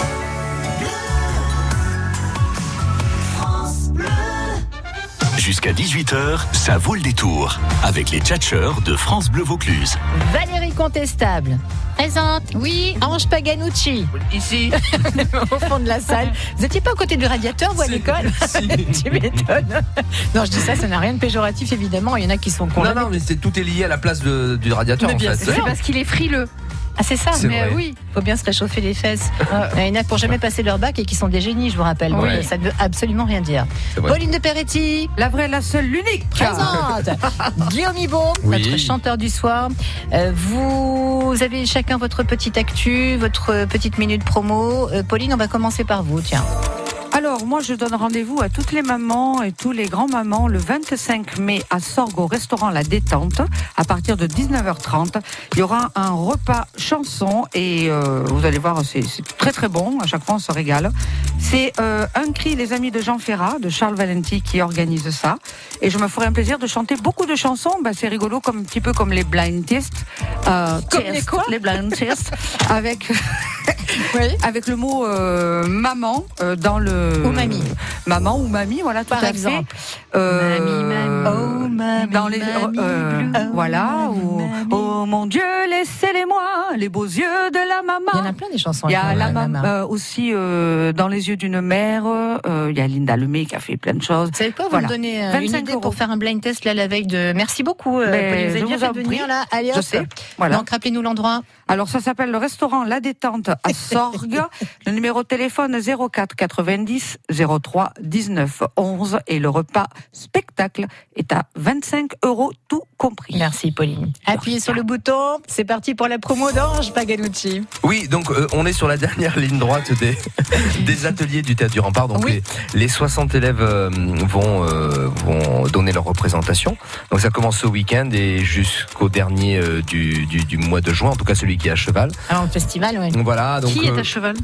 Jusqu'à 18h, ça vaut le détour avec les tchatcheurs de France Bleu Vaucluse. Valérie Contestable, présente. Oui. Ange Paganucci. Ici. Au fond de la salle. Vous n'étiez pas à côté du radiateur, vous, à l'école? Tu m'étonnes. Non, je dis ça n'a rien de péjoratif, évidemment. Il y en a qui sont condamnés. Non, mais tout est lié à la place du radiateur, mais en fait. C'est parce qu'il est frileux. Ah, c'est ça. C'est Mais vrai. oui, faut bien se réchauffer les fesses. Il y en a qui n'ont jamais passé leur bac et qui sont des génies, je vous rappelle. Oui. Donc, ça ne veut absolument rien dire. C'est vrai. Pauline de Peretti, La vraie, la seule, l'unique. présente. Guillaume Ibon, Oui. notre chanteur du soir. Vous avez chacun votre petite actu, votre petite minute promo. Pauline, on va commencer par vous, tiens. Alors, moi, je donne rendez-vous à toutes les mamans et tous les grands-mamans le 25 mai à Sorgues au restaurant La Détente. À partir de 19h30, il y aura un repas chanson et vous allez voir, c'est très très bon. À chaque fois, on se régale. C'est Un cri, les amis de Jean Ferrat, de Charles Valenti qui organise ça. Et je me ferai un plaisir de chanter beaucoup de chansons. Ben, c'est rigolo, comme un petit peu comme les blind tests. Comme les quoi ? Les blind tests. Avec, avec le mot maman dans le... Ou mamie. Maman ou mamie, voilà, tout Par à exemple. fait. Mamie, mamie. Oh, mamie, Dans les, mamie, blue. voilà. Oh, mamie. Oh mon Dieu, laissez-les-moi, les beaux yeux de la maman. Il y en a plein des chansons. Il y a avec la maman. maman aussi dans les yeux d'une mère. Il y a Linda Lemay qui a fait plein de choses. Vous savez quoi, vous Voilà. me donnez une 25 idée €. pour faire un blind test là la veille de. Merci beaucoup. Ben, Pauline, vous je avez bien vous fait en de prie. venir là. Allez, Je hop. sais. Voilà. Donc rappelez-nous l'endroit. Alors ça s'appelle le restaurant La Détente à Sorgues. Le numéro de téléphone 04 90 03 19 11 et le repas spectacle est à 25 € tout compris. Merci Pauline. Appuyez sur le bouton. C'est parti pour la promo d'Ange Paganucci. Oui, donc on est sur la dernière ligne droite des ateliers du Théâtre du Rempart. Donc les 60 élèves vont donner leur représentation. Donc ça commence ce week-end et jusqu'au dernier du mois de juin, en tout cas celui qui est à cheval. Alors, le festival, oui. Voilà, donc, Qui est à cheval?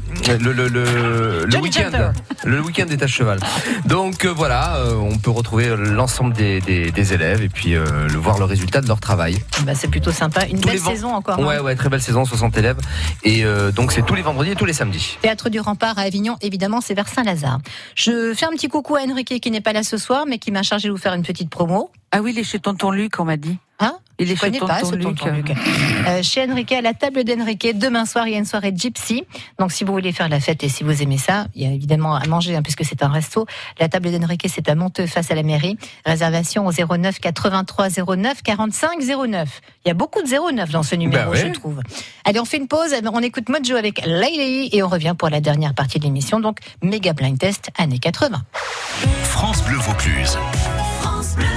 Le Johnny week-end. Jumper. Le week-end est à cheval. Donc voilà, on peut retrouver l'ensemble des élèves et puis voir le résultat de leur travail. Bah, c'est plutôt sympa. Une belle saison encore. hein. Ouais, très belle saison, 60 élèves. Et donc c'est tous les vendredis et tous les samedis. Théâtre du Rempart à Avignon, évidemment, c'est vers Saint-Lazare. Je fais un petit coucou à Enrique qui n'est pas là ce soir, mais qui m'a chargé de vous faire une petite promo. Ah oui, il est chez Tonton Luc, on m'a dit. Hein? Il est Je chez connais pas ce tonton Luc. Chez Enrique, à la table d'Enrique, demain soir, il y a une soirée gypsy. Donc, si vous voulez faire la fête et si vous aimez ça, il y a évidemment à manger, hein, puisque c'est un resto. La table d'Enrique, c'est à Monteux, face à la mairie. Réservation au 09 83 09 45 09. Il y a beaucoup de 09 dans ce numéro, je trouve. Allez, on fait une pause. On écoute Mojo avec Laylee et on revient pour la dernière partie de l'émission. Donc, méga blind test années 80. France Bleu Vaucluse. France Bleu.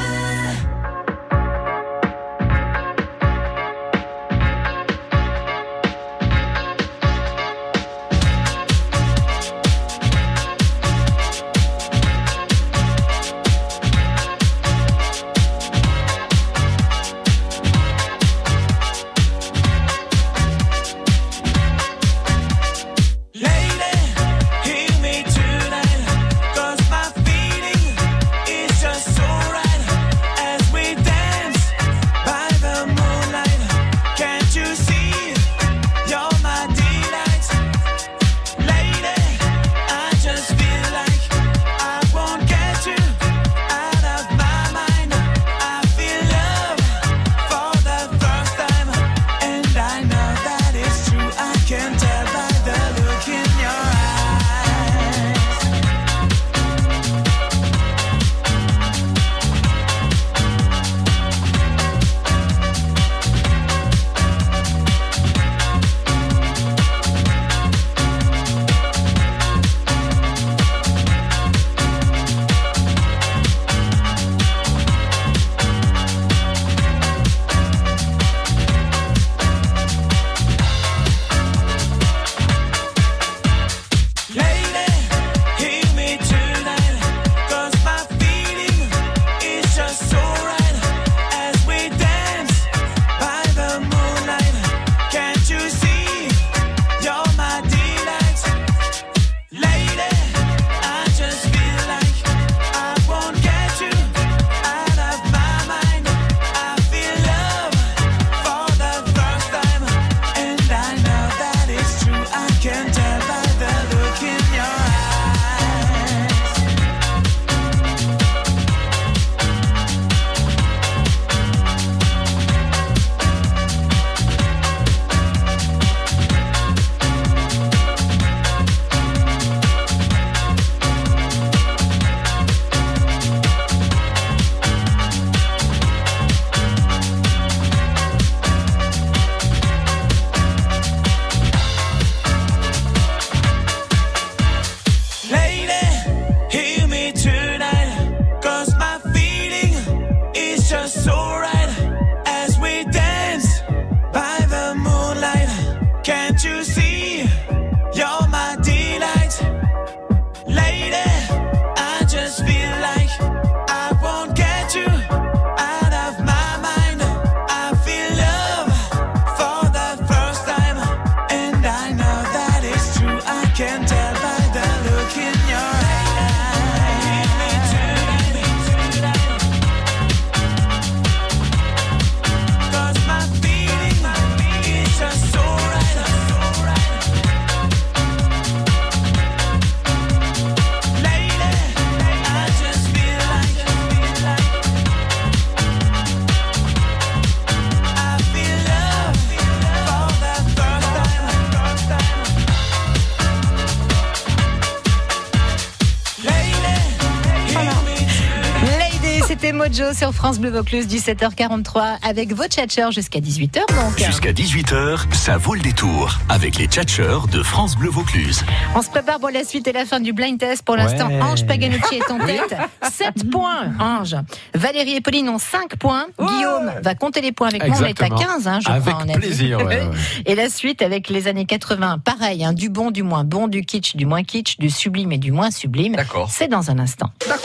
Lady, hear me tonight, 'cause my feeling is just so c'était Mojo sur France Bleu Vaucluse, 17h43, avec vos tchatcheurs jusqu'à 18h donc. Jusqu'à 18h, ça vaut le détour, avec les tchatcheurs de France Bleu Vaucluse. On se prépare pour la suite et la fin du blind test. Pour l'instant, Ange Paganucci est en tête. 7 points, Ange. Valérie et Pauline ont 5 points. Guillaume va compter les points avec moi. On est à 15, je avec crois. plaisir. Et la suite avec les années 80, pareil, du bon, du moins bon, du kitsch, du moins kitsch, du sublime et du moins sublime. D'accord. C'est dans un instant. D'accord.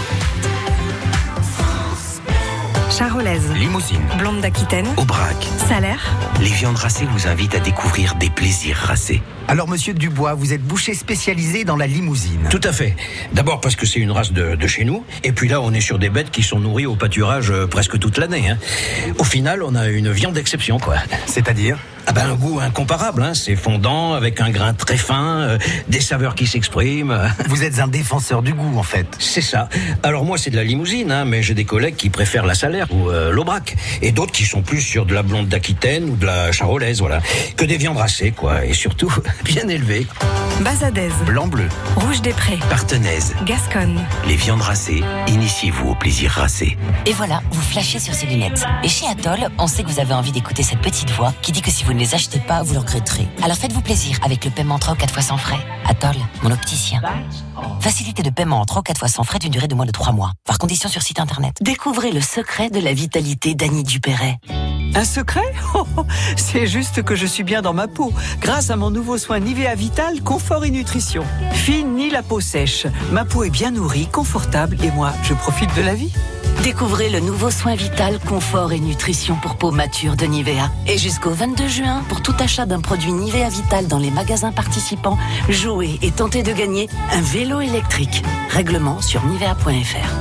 Charolaise, Limousine, blonde d'Aquitaine, Aubrac, salaire. Les viandes racées vous invitent à découvrir des plaisirs racés. Alors monsieur Dubois, vous êtes boucher spécialisé dans la limousine. Tout à fait. D'abord parce que c'est une race de chez nous. Et puis là, on est sur des bêtes qui sont nourries au pâturage presque toute l'année. Au final, on a une viande d'exception, quoi. C'est-à-dire ? Un goût incomparable. C'est fondant, avec un grain très fin, des saveurs qui s'expriment. Vous êtes un défenseur du goût, en fait. C'est ça. Alors moi, c'est de la limousine, mais j'ai des collègues qui préfèrent la salaire ou l'aubrac. Et d'autres qui sont plus sur de la blonde d'Aquitaine ou de la charolaise, voilà. Que des viandes racées, quoi. Et surtout, bien élevées. Bazadaise, Blanc-bleu, Rouge des Prés, Partenaise, Gasconne. Les viandes racées, initiez-vous au plaisir racé. Et voilà, vous flashez sur ces lunettes. Et chez Atoll, on sait que vous avez envie d'écouter cette petite voix qui dit que si vous ne les achetez pas, vous le regretterez. Alors faites-vous plaisir avec le paiement en 3 ou 4 fois sans frais. Atoll, mon opticien. Facilité de paiement en 3 ou 4 fois sans frais d'une durée de moins de 3 mois. Par condition sur site internet. Découvrez le secret de la vitalité d'Annie Dupéret. Un secret ? C'est juste que je suis bien dans ma peau, grâce à mon nouveau soin Nivea Vital Confort et Nutrition. Fine ni la peau sèche. Ma peau est bien nourrie, confortable et moi, je profite de la vie. Découvrez le nouveau soin vital confort et nutrition pour peau mature de Nivea. Et jusqu'au 22 juin, pour tout achat d'un produit Nivea Vital dans les magasins participants, jouez et tentez de gagner un vélo électrique. Règlement sur nivea.fr.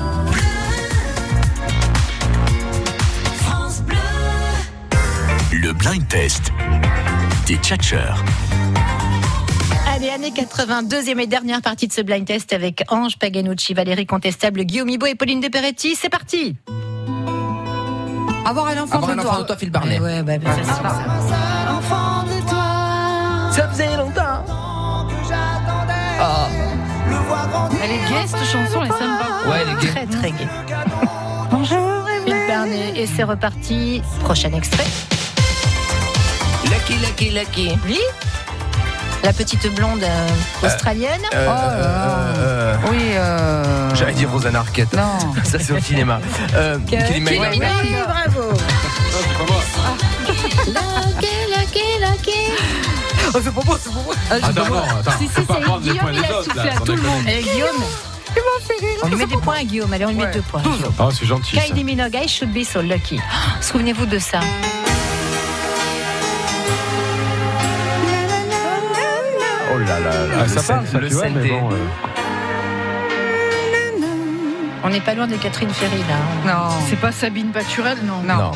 Le blind test des tchatcheurs. Allez, années 80, deuxième et dernière partie de ce blind test avec Ange Paganucci, Valérie Contestable, Guillaume Ibo et Pauline de Peretti. C'est parti. Avoir un enfant de toi, Phil Barnet. Ouais, enfant de toi. Ça faisait longtemps. Elle est gaie cette chanson, elle est sympa. Ouais, elle est gaie. Très très gaie. Bonjour, Phil Barnet. Et c'est reparti. Prochain extrait. Lucky. Oui. La petite blonde australienne. Oui. J'allais dire Rosanna Arquette. Non. Ça c'est au cinéma. Kylie Minogue, bravo. Lucky. Oh, c'est pas moi. Attends. C'est Guillaume, il a soufflé à tout le monde. Et Guillaume. On lui met des points à Guillaume. Allez, on lui met 2 points. Ah, c'est gentil. Ça. Kylie Minogue, I should be so lucky. Souvenez-vous de ça. Oh là là. Ça parle, ça, tu vois, mais bon. On n'est pas loin de Catherine Ferry là. Non. C'est pas Sabine Paturel, non. Non.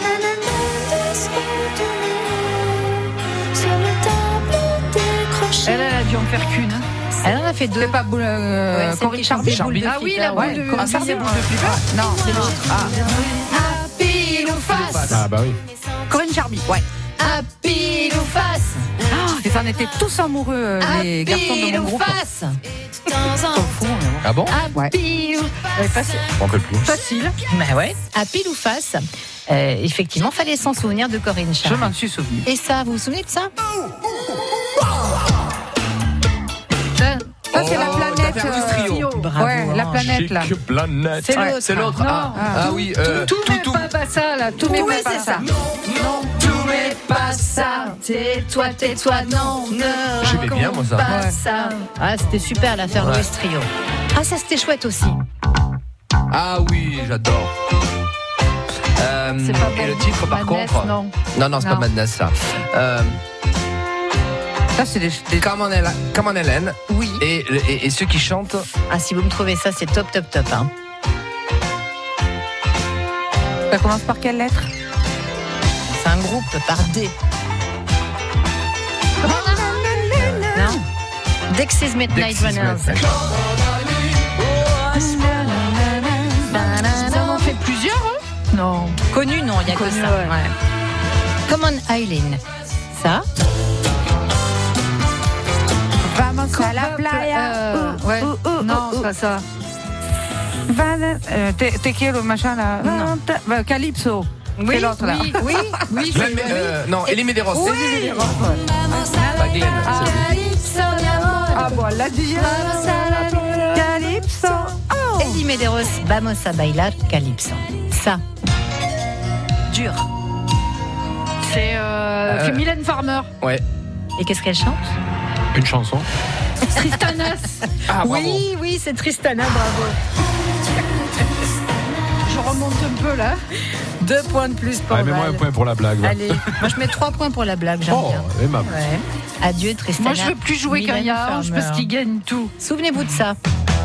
Elle a dû en faire qu'une. Elle en a fait 2. C'est pas Corinne Charby. Ah oui, la boule de Corinne Charby. Non, c'est l'autre. À pile ou face. Ah bah oui. Corinne Charby, ouais. À pile ou face. Et ça en était tous amoureux, les garçons de mon groupe. Face. Ah bon? À pile ou face. On peut plus. Facile. Bah ouais. À pile ou face. Effectivement, fallait s'en souvenir de Corinne Charby. Je m'en suis souvenu. Et ça, vous vous souvenez de ça? Ça, c'est la planète. Bravo. Ouais, la planète là. Planète. C'est l'autre. Ah oui. Tout n'est pas ça, là. Tout n'est pas ça. Non, tout n'est pas ça. Tais-toi, non. J'aimais bien, moi, ça. Pas ça. Ah, c'était super l'affaire Louis Trio. Ah, ça c'était chouette aussi. Ah oui, j'adore. C'est pas bon. Et le titre, par Madness, contre. non. Non, c'est pas Madness, ça. Ça, c'est des. Come on Hélène. Oui. Et ceux qui chantent. Ah, si vous me trouvez ça, c'est top. Hein. Ça commence par quelle lettre? C'est un groupe par D. Non. Dexys Midnight Runners. Ça en fait plusieurs, hein? Non. Connu, non, il n'y a que ça. Ouais. Come on, Eileen. Ça. Vamos à la playa. Ouais. Non, c'est pas ça. T'es qui le machin là? Calypso. Oui, c'est l'autre là. oui. Non, Elie Medeiros. Oui. Pas Glenn. Ah bon, elle l'a dit. Calypso. Elie Medeiros, Vamos a bailar Calypso. Ça. Dur. C'est Mylène Farmer. Ouais. Et qu'est-ce qu'elle chante? Une chanson. Tristanas. Ah, bravo. Oui, c'est Tristana, bravo. Je remonte un peu là. 2 points de plus pour Mets-moi Val. un point pour la blague. va. Allez, moi je mets 3 points pour la blague, j'aime bien. Aimable. Ouais. Adieu Tristana. Moi je veux plus jouer qu'un Mylène Yahange Farmer. parce qu'il gagne tout. Souvenez-vous de ça.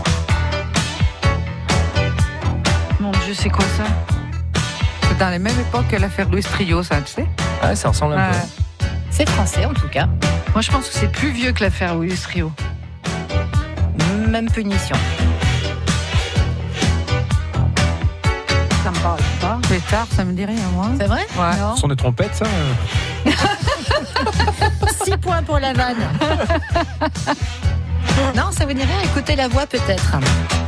Mon Dieu, c'est quoi ça? C'est dans les mêmes époques que l'affaire Louis Trio, ça, tu sais? Ouais, ça ressemble un peu. C'est français en tout cas. Moi je pense que c'est plus vieux que l'affaire Louis Trio. Même punition. Ça me parle pas. Pétard, ça me dit rien, moi. C'est vrai? Ouais. Non. Son des trompettes, ça 6 points pour la vanne. Non, ça vous dit rien? Écoutez la voix peut-être.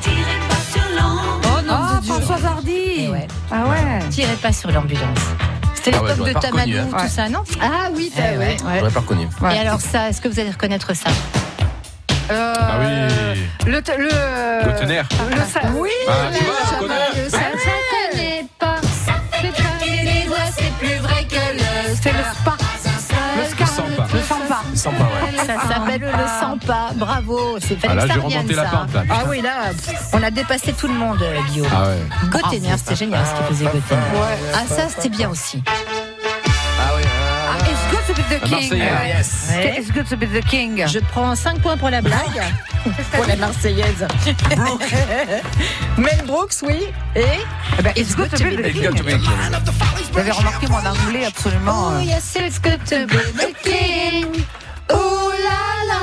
Oh non, Ah, Françoise Hardy. Eh ouais. Ah ouais. Tirez pas sur l'ambulance. C'était Ah ouais, l'époque j'aurais de pas reconnu, Tamadou, hein. tout ça, non? Ah oui, t'as Eh ouais. J'aurais pas reconnu. Ouais. Et alors ça, est-ce que vous allez reconnaître ça? Ah oui. Le tonnerre. Oui. Ah, tu vois, je connais. Ça ne connaît pas. C'est pas les doigts, c'est plus vrai que le. C'est le spa. Le Sampa. Le Sampa. Sympa, ouais. Ça s'appelle le Sampa. Bravo. C'est Ah, là, fallait que ça j'ai revienne, remonté la ça. pente, là. Ah oui, là, on a dépassé tout le monde, Guillaume. Ah ouais. Gotener, c'était génial ce qu'il faisait, Gotener. Ah, ça, c'était bien aussi. Ah ouais. It's good to be the king. Marseillaise. Yes. Ouais. It's good to be the king. Je prends 5 points pour la blague. Pour la Marseillaise. Mel Brooks, oui. Et Eh ben, it's good to be the It's got to be king. a king. Vous avez remarqué mon anglais absolument. Oh yes, it's good to be the king. Oh là là.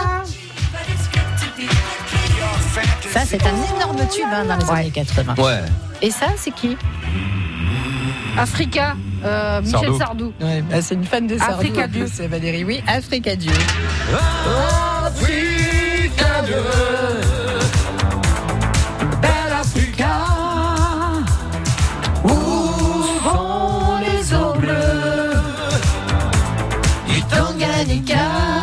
Ça, c'est un énorme tube dans les années 80. Ouais. Et ça, c'est qui? Africa, Michel Sardou. Ouais, bah, c'est une fan de Sardou. Africa en plus, Dieu. c'est Valérie, oui. Africa Dieu. Africa Dieu. Belle Africa. Où vont les eaux bleues du Tanganyika.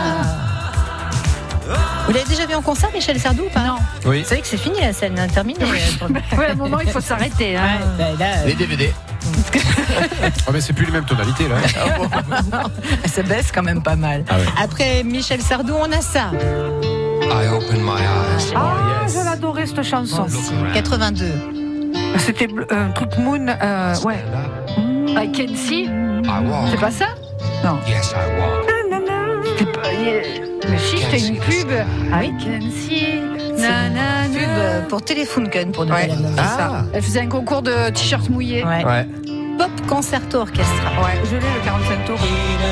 Vous l'avez déjà vu en concert, Michel Sardou, ou pas? Non. Oui. Vous savez que c'est fini la scène, terminée. Ouais, à un moment, il faut s'arrêter. Hein. Les DVD. Ah, mais c'est plus les mêmes tonalités, là. Ça baisse quand même pas mal. Ah ouais. Après Michel Sardou, on a ça. I open my eyes. Ah, je l'adorais cette chanson. 82. C'était un truc Moon. Ouais. I Can See. C'est pas ça? Non. Yes, I walk. C'est pas. Mais si, c'était une pub. I Can See. Pub pour Telefunken pour Ouais. Nouvelle Ah, ça. Elle faisait un concours de t-shirt mouillé. Ouais. Ouais. Pop Concerto Orchestra. Ouais, je l'ai le 45 tours.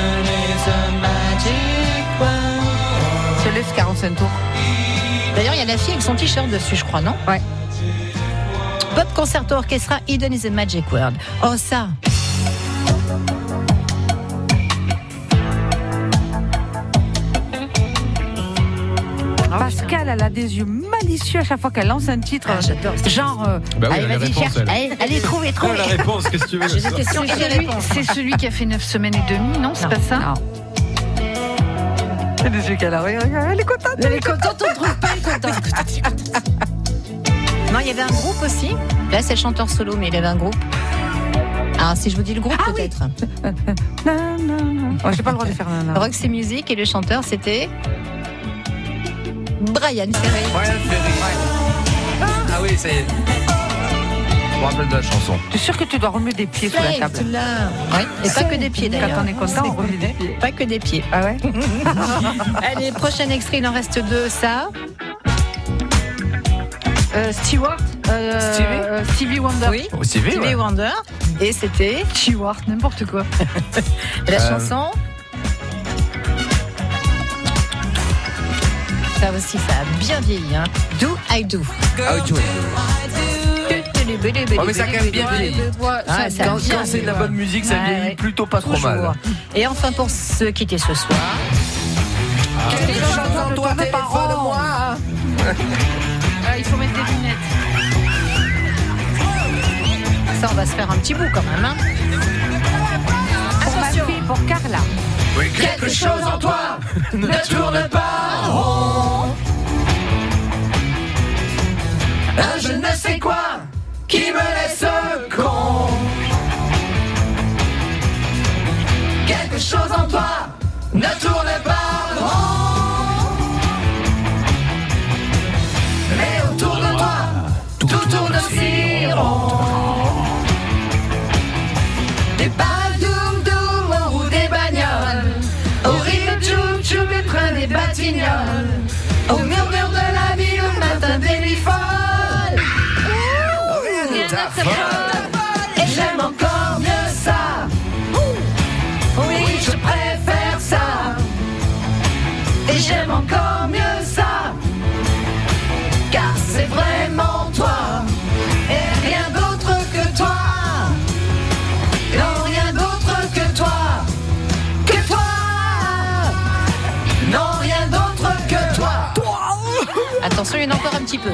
Je l'ai ce 45 tours. D'ailleurs, il y a la fille avec son t-shirt dessus, je crois, non? Ouais. Pop Concerto Orchestra, Hidden is a Magic Word. Oh, ça. Pascal, elle a des yeux malicieux à chaque fois qu'elle lance un titre. Ah, j'adore. Genre. Bah oui, Allez, elle a la vas-y, réponse, cherche. elle. Allez, trouvez. Ah, la réponse, qu'est-ce que tu veux? J'ai des questions et des réponses. C'est celui qui a fait 9 semaines et demie, non? C'est pas ça? Non. Elle a des yeux qu'elle a. Elle est contente. Elle est contente, on ne trouve pas, elle est contente. Non, il y avait un groupe aussi. Là, c'est le chanteur solo, mais il avait un groupe. Alors, si je vous dis le groupe, peut-être. Oh, j'ai pas le droit de faire nana. Roxy Music et le chanteur, c'était Brian Ferry. Brian Ferry. Ah oui, c'est. Je me rappelle de la chanson. Tu es sûr que tu dois remuer des pieds sous la table? Oui, et pas que des pieds d'ailleurs. Quand on est content, on remue des pieds. Pas que des pieds. Ah ouais? Allez, prochain extrait, il en reste 2, ça. Stewart. Stevie Wonder. Oui, Oh, Stevie, ouais. Wonder. Et c'était Stewart, n'importe quoi. la chanson. Ça aussi, ça a bien vieilli. Hein. Do I Do. Ah oui, tu vois. Oh, mais ça a quand même bien vieilli. Ah, ça a Quand bien c'est de la bonne musique, ça Ouais, vieillit ouais. plutôt pas trop Toujours. mal. Et enfin, pour se quitter ce soir. Ah, il faut mettre des lunettes. ça, on va se faire un petit bout quand même. Hein. Pour ma fille, pour Carla. Oui, quelque chose en toi ne tourne pas rond. Un je ne sais quoi qui me laisse con. Quelque chose en toi ne tourne pas rond. Mais autour de moi, tout tourne si rond. Des balles doum doum au roue des bagnoles, au rire tchoum tchoum et train des batignolles, au murmure de la ville, au matin des nuits folles. Rien ne t'affole, et j'aime encore mieux ça. Oui, je préfère ça. Et j'aime encore mieux ça. Car c'est vraiment toi. Et rien d'autre que toi. Non, rien d'autre que toi. Que toi. Non, rien d'autre que toi. Attention, il y en a encore un petit peu.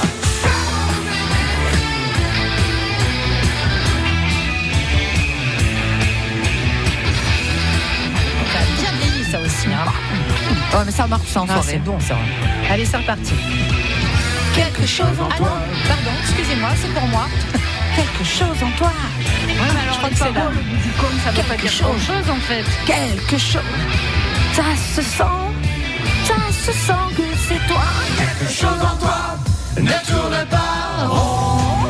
Ça a bien vieilli, ça aussi. Hein. Ouais, mais ça marche sans C'est bon, ça. Allez, c'est reparti. Quelque chose en Ah toi. non, pardon, excusez-moi, c'est pour moi. Quelque chose en toi. Ouais, mais alors, Je crois les que c'est là. paroles du com, ça veut pas dire grand-chose, en fait. Quelque chose. Ça se sent que c'est toi. Quelque chose en toi ne tourne pas rond.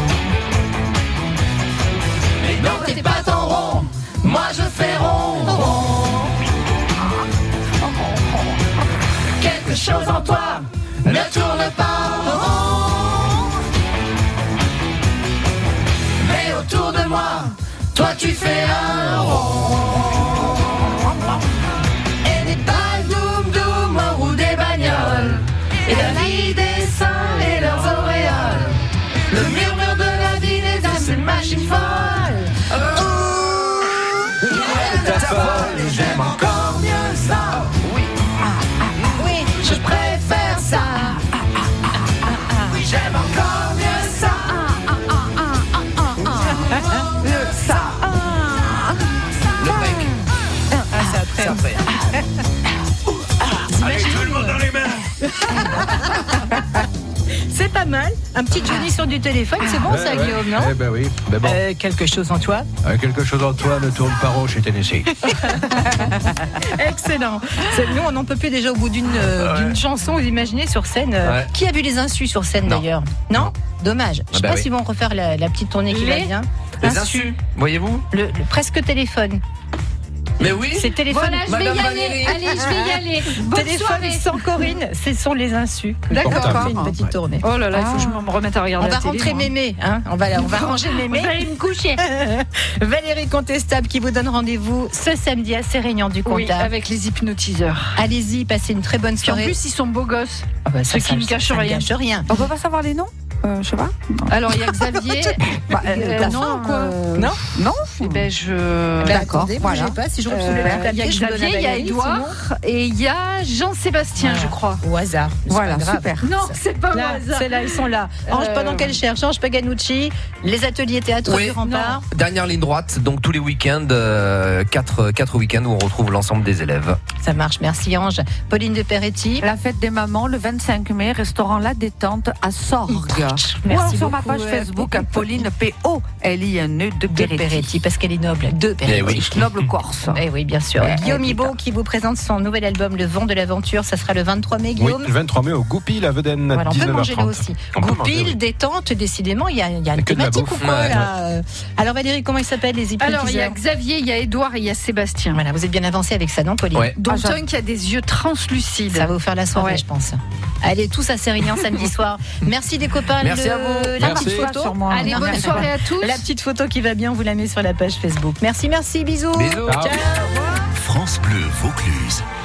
Mais non, t'es pas en rond. Moi je fais rond, rond. Quelque chose en toi ne tourne pas rond. Mais autour de moi, toi tu fais un rond. Et des balles doum doum au roue des bagnoles, et la vie des saints et leurs auréoles, le murmure de la vie des ces machines folles. Rien ne t'affole, et j'aime encore mieux ça. Oui, oui, je préfère ça. Oui, j'aime encore mieux ça. Mieux ça. Le break. C'est après. Allez, tout le monde dans les mains. C'est pas mal. Un petit Johnny sur du téléphone, c'est bon ça, Guillaume, non Eh ben oui, mais bon. Quelque chose en toi. Quelque chose en toi ne tourne pas rond chez Tennessee. Excellent. Nous, on n'en peut plus déjà au bout d'une chanson. Vous imaginez sur scène. Ouais. Qui a vu les insus sur scène Non. d'ailleurs? Non. Dommage. Je sais pas oui. s'ils vont refaire la petite tournée qui va bien. Les insus, voyez-vous? Le presque téléphone. Mais oui. C'est téléphone. Voilà, je vais y aller. Allez, je vais y aller. Bonne Téléphone soirée. sans Corinne, ce sont les insus. D'accord. On fait une petite tournée. Oh là là, il faut que je me remette à regarder On va la télé, rentrer moi. Mémé, hein. On va ranger Mémé. Vous allez me coucher. Valérie Contestable qui vous donne rendez-vous ce samedi à Sérignan du Oui, Comtat. avec les hypnotiseurs. Allez-y, passez une très bonne Puis en soirée. plus, ils sont beaux gosses. Ah bah, Ceux qui ne cachent rien. Ne cache rien. On peut pas savoir les noms je sais pas. Alors, il y a Xavier. Non, quoi. Non. Non. Eh ben, je. D'accord, Attendez, voilà. bougez pas, si je retrouve le petit Il y a papier, je vous donne à Xavier, il y a Valérie, Édouard et il y a Jean-Sébastien, je crois. sinon, au hasard. C'est Voilà, pas grave. super. Non, c'est pas Là, au hasard. c'est là, ils sont là. Ange pendant qu'elle cherche, Ange Paganucci, les ateliers théâtre Oui. du Rempart. Dernière ligne droite, donc tous les week-ends, 4 week-ends où on retrouve l'ensemble des élèves. Ça marche, merci Ange. Pauline de Peretti. La fête des mamans le 25 mai, restaurant La Détente à Sorgues. Merci Ou sur ma beaucoup, page Facebook, Pauline P-O-L-I-N-E de De Peretti. Peretti, parce qu'elle est noble. De Peretti. oui. Noble Corse. Eh oui, bien sûr. Guillaume Ibo qui vous présente son nouvel album Le Vent de l'aventure. Ça sera le 23 mai, Oui, Guillaume. le 23 mai au Goupil à Veden à Voilà, on peut 19h30. manger là aussi. On peut manger, Goupil, oui. détente, décidément, il y a une que de la thématique ou bouffe. quoi Ouais, là Alors Valérie, comment ils s'appellent les hypnotiseurs? Alors, il y a Xavier, il y a Édouard et il y a Sébastien. Voilà, vous êtes bien avancé avec ça, non, Pauline? Ouais. Dont un qui a des yeux translucides. Ça va vous faire la soirée, Ouais. je pense. Allez, tous à Sérignan samedi soir. Merci des copains. Merci à vous. La Merci. petite photo. Sur moi. Allez, bonne soirée à tous. La petite photo qui va bien, vous la mettez sur la page Facebook. Merci, bisous. Bisous. Ciao. France Bleu Vaucluse.